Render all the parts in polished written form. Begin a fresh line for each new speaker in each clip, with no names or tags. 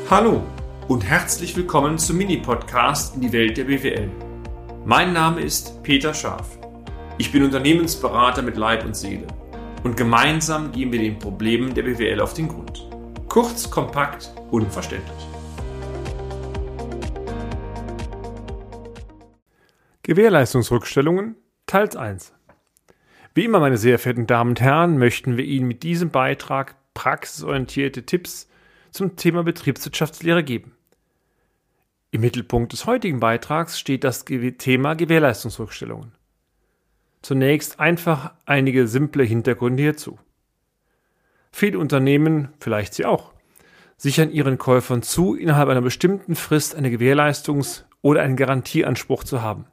Hallo und herzlich willkommen zum Mini-Podcast in die Welt der BWL. Mein Name ist Peter Scharf. Ich bin Unternehmensberater mit Leib und Seele und gemeinsam gehen wir den Problemen der BWL auf den Grund. Kurz, kompakt, unverständlich.
Gewährleistungsrückstellungen Teil 1. Wie immer, meine sehr verehrten Damen und Herren, möchten wir Ihnen mit diesem Beitrag praxisorientierte Tipps zum Thema Betriebswirtschaftslehre geben. Im Mittelpunkt des heutigen Beitrags steht das Thema Gewährleistungsrückstellungen. Zunächst einfach einige simple Hintergründe hierzu. Viele Unternehmen, vielleicht Sie auch, sichern ihren Käufern zu, innerhalb einer bestimmten Frist eine Gewährleistungs- oder einen Garantieanspruch zu haben.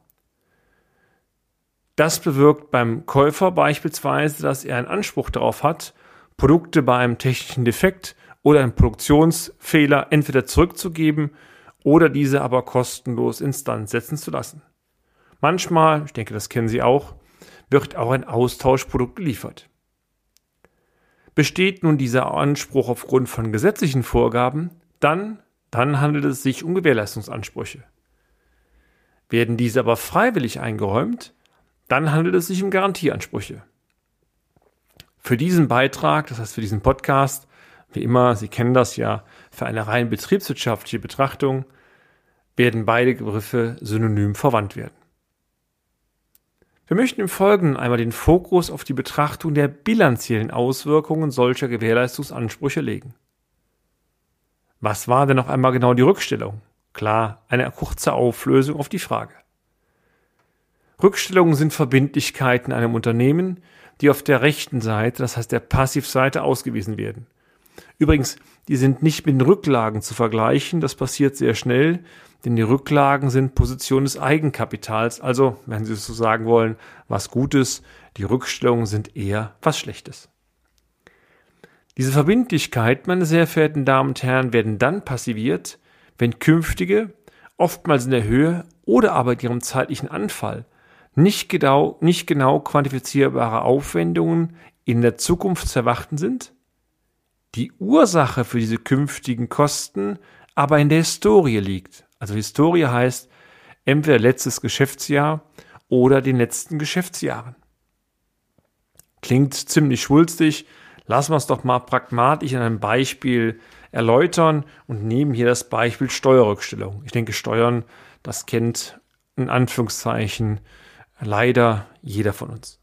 Das bewirkt beim Käufer beispielsweise, dass er einen Anspruch darauf hat, Produkte bei einem technischen Defekt oder einem Produktionsfehler entweder zurückzugeben oder diese aber kostenlos instand setzen zu lassen. Manchmal, ich denke, das kennen Sie auch, wird auch ein Austauschprodukt geliefert. Besteht nun dieser Anspruch aufgrund von gesetzlichen Vorgaben, dann handelt es sich um Gewährleistungsansprüche. Werden diese aber freiwillig eingeräumt, dann handelt es sich um Garantieansprüche. Für diesen Beitrag, das heißt für diesen Podcast, wie immer, Sie kennen das ja, für eine rein betriebswirtschaftliche Betrachtung, werden beide Begriffe synonym verwandt werden. Wir möchten im Folgenden einmal den Fokus auf die Betrachtung der bilanziellen Auswirkungen solcher Gewährleistungsansprüche legen. Was war denn noch einmal genau die Rückstellung? Klar, eine kurze Auflösung auf die Frage. Rückstellungen sind Verbindlichkeiten einem Unternehmen, die auf der rechten Seite, das heißt der Passivseite, ausgewiesen werden. Übrigens, die sind nicht mit den Rücklagen zu vergleichen, das passiert sehr schnell, denn die Rücklagen sind Position des Eigenkapitals, also, wenn Sie es so sagen wollen, was Gutes, die Rückstellungen sind eher was Schlechtes. Diese Verbindlichkeiten, meine sehr verehrten Damen und Herren, werden dann passiviert, wenn künftige, oftmals in der Höhe oder aber in ihrem zeitlichen Anfall, nicht genau quantifizierbare Aufwendungen in der Zukunft zu erwarten sind, die Ursache für diese künftigen Kosten aber in der Historie liegt. Also Historie heißt entweder letztes Geschäftsjahr oder den letzten Geschäftsjahren. Klingt ziemlich schwulstig, lassen wir es doch mal pragmatisch an einem Beispiel erläutern und nehmen hier das Beispiel Steuerrückstellung. Ich denke, Steuern, das kennt in Anführungszeichen leider jeder von uns.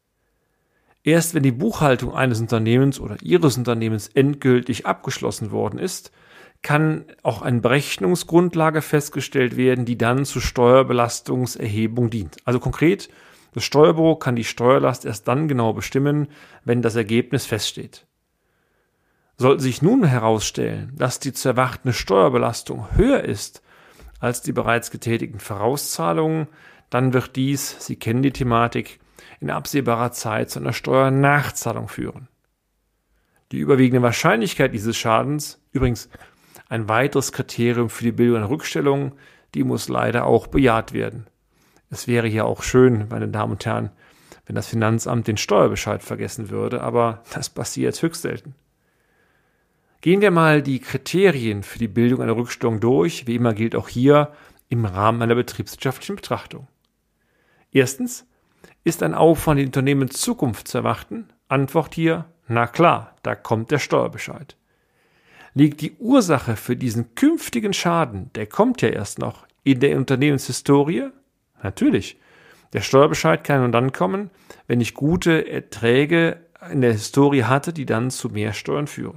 Erst wenn die Buchhaltung eines Unternehmens oder Ihres Unternehmens endgültig abgeschlossen worden ist, kann auch eine Berechnungsgrundlage festgestellt werden, die dann zur Steuerbelastungserhebung dient. Also konkret, das Steuerbüro kann die Steuerlast erst dann genau bestimmen, wenn das Ergebnis feststeht. Sollte sich nun herausstellen, dass die zu erwartende Steuerbelastung höher ist als die bereits getätigten Vorauszahlungen, dann wird dies, Sie kennen die Thematik, in absehbarer Zeit zu einer Steuernachzahlung führen. Die überwiegende Wahrscheinlichkeit dieses Schadens, übrigens ein weiteres Kriterium für die Bildung einer Rückstellung, die muss leider auch bejaht werden. Es wäre ja auch schön, meine Damen und Herren, wenn das Finanzamt den Steuerbescheid vergessen würde, aber das passiert höchst selten. Gehen wir mal die Kriterien für die Bildung einer Rückstellung durch, wie immer gilt auch hier im Rahmen einer betriebswirtschaftlichen Betrachtung. Erstens, ist ein Aufwand in Unternehmen in Zukunft zu erwarten? Antwort hier, na klar, da kommt der Steuerbescheid. Liegt die Ursache für diesen künftigen Schaden, der kommt ja erst noch, in der Unternehmenshistorie? Natürlich. Der Steuerbescheid kann nur dann kommen, wenn ich gute Erträge in der Historie hatte, die dann zu mehr Steuern führen.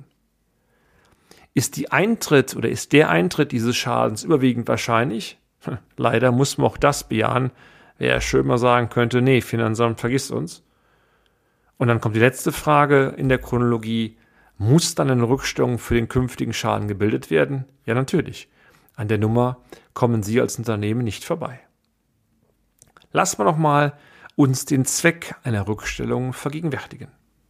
Ist der Eintritt dieses Schadens überwiegend wahrscheinlich? Leider muss man auch das bejahen. Wäre schön mal sagen könnte, nee, Finanzamt vergisst uns. Und dann kommt die letzte Frage in der Chronologie, muss dann eine Rückstellung für den künftigen Schaden gebildet werden? Ja, natürlich. An der Nummer kommen Sie als Unternehmen nicht vorbei. Lassen wir doch mal uns den Zweck einer Rückstellung vergegenwärtigen.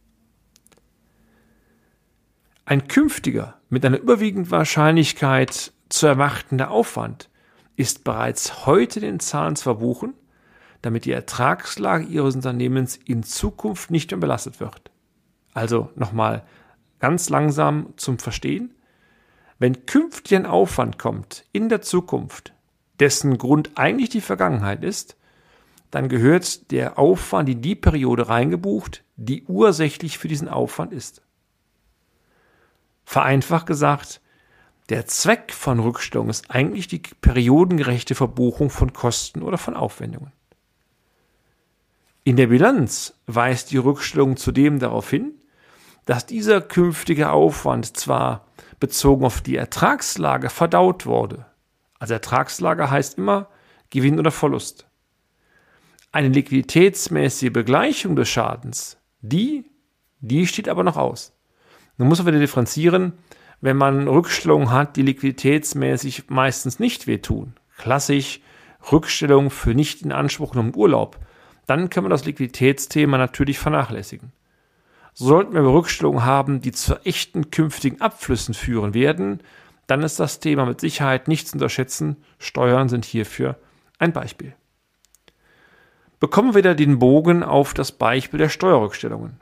Ein künftiger, mit einer überwiegenden Wahrscheinlichkeit zu erwartender Aufwand ist bereits heute den Zahlen zu verbuchen, damit die Ertragslage Ihres Unternehmens in Zukunft nicht mehr belastet wird. Also nochmal ganz langsam zum Verstehen. Wenn künftig ein Aufwand kommt in der Zukunft, dessen Grund eigentlich die Vergangenheit ist, dann gehört der Aufwand in die Periode reingebucht, die ursächlich für diesen Aufwand ist. Vereinfacht gesagt, der Zweck von Rückstellung ist eigentlich die periodengerechte Verbuchung von Kosten oder von Aufwendungen. In der Bilanz weist die Rückstellung zudem darauf hin, dass dieser künftige Aufwand zwar bezogen auf die Ertragslage verdaut wurde. Also Ertragslage heißt immer Gewinn oder Verlust. Eine liquiditätsmäßige Begleichung des Schadens, die steht aber noch aus. Nun muss man wieder differenzieren, wenn man Rückstellungen hat, die liquiditätsmäßig meistens nicht wehtun. Klassisch Rückstellung für nicht in Anspruch genommen Urlaub. Dann kann man das Liquiditätsthema natürlich vernachlässigen. Sollten wir Rückstellungen haben, die zu echten künftigen Abflüssen führen werden, dann ist das Thema mit Sicherheit nicht zu unterschätzen. Steuern sind hierfür ein Beispiel. Bekommen wir wieder den Bogen auf das Beispiel der Steuerrückstellungen.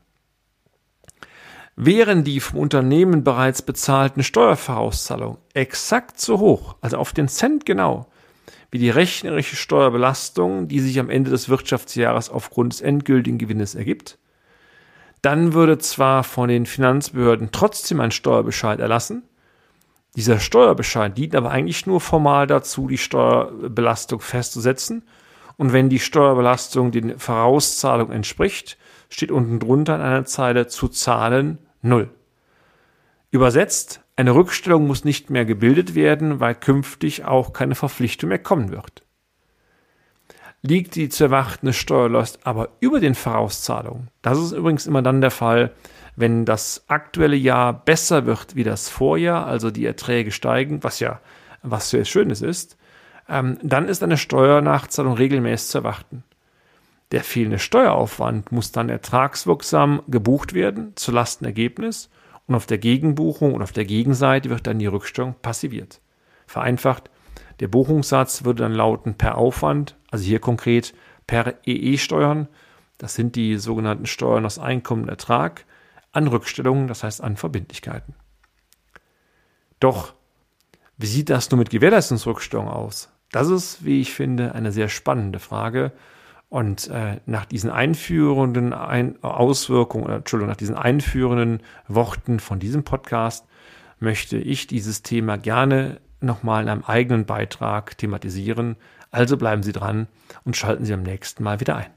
Wären die vom Unternehmen bereits bezahlten Steuervorauszahlungen exakt so hoch, also auf den Cent genau, wie die rechnerische Steuerbelastung, die sich am Ende des Wirtschaftsjahres aufgrund des endgültigen Gewinnes ergibt, dann würde zwar von den Finanzbehörden trotzdem ein Steuerbescheid erlassen. Dieser Steuerbescheid dient aber eigentlich nur formal dazu, die Steuerbelastung festzusetzen. Und wenn die Steuerbelastung den Vorauszahlungen entspricht, steht unten drunter in einer Zeile zu zahlen 0. Übersetzt, eine Rückstellung muss nicht mehr gebildet werden, weil künftig auch keine Verpflichtung mehr kommen wird. Liegt die zu erwartende Steuerlast aber über den Vorauszahlungen, das ist übrigens immer dann der Fall, wenn das aktuelle Jahr besser wird wie das Vorjahr, also die Erträge steigen, was sehr Schönes ist, dann ist eine Steuernachzahlung regelmäßig zu erwarten. Der fehlende Steueraufwand muss dann ertragswirksam gebucht werden, zu Lastenergebnis, und auf der Gegenbuchung und auf der Gegenseite wird dann die Rückstellung passiviert. Vereinfacht, der Buchungssatz würde dann lauten per Aufwand, also hier konkret per EE-Steuern, das sind die sogenannten Steuern aus Einkommen und Ertrag, an Rückstellungen, das heißt an Verbindlichkeiten. Doch, wie sieht das nun mit Gewährleistungsrückstellung aus? Das ist, wie ich finde, eine sehr spannende Frage. Und nach diesen einführenden Worten von diesem Podcast möchte ich dieses Thema gerne nochmal in einem eigenen Beitrag thematisieren. Also bleiben Sie dran und schalten Sie beim nächsten Mal wieder ein.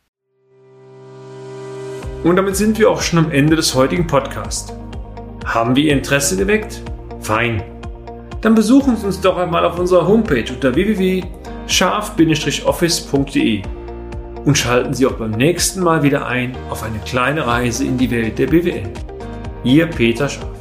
Und damit sind wir auch schon am Ende des heutigen Podcasts. Haben wir Ihr Interesse geweckt? Fein. Dann besuchen Sie uns doch einmal auf unserer Homepage unter www.scharf-office.de und schalten Sie auch beim nächsten Mal wieder ein auf eine kleine Reise in die Welt der BWL. Ihr Peter Scharf.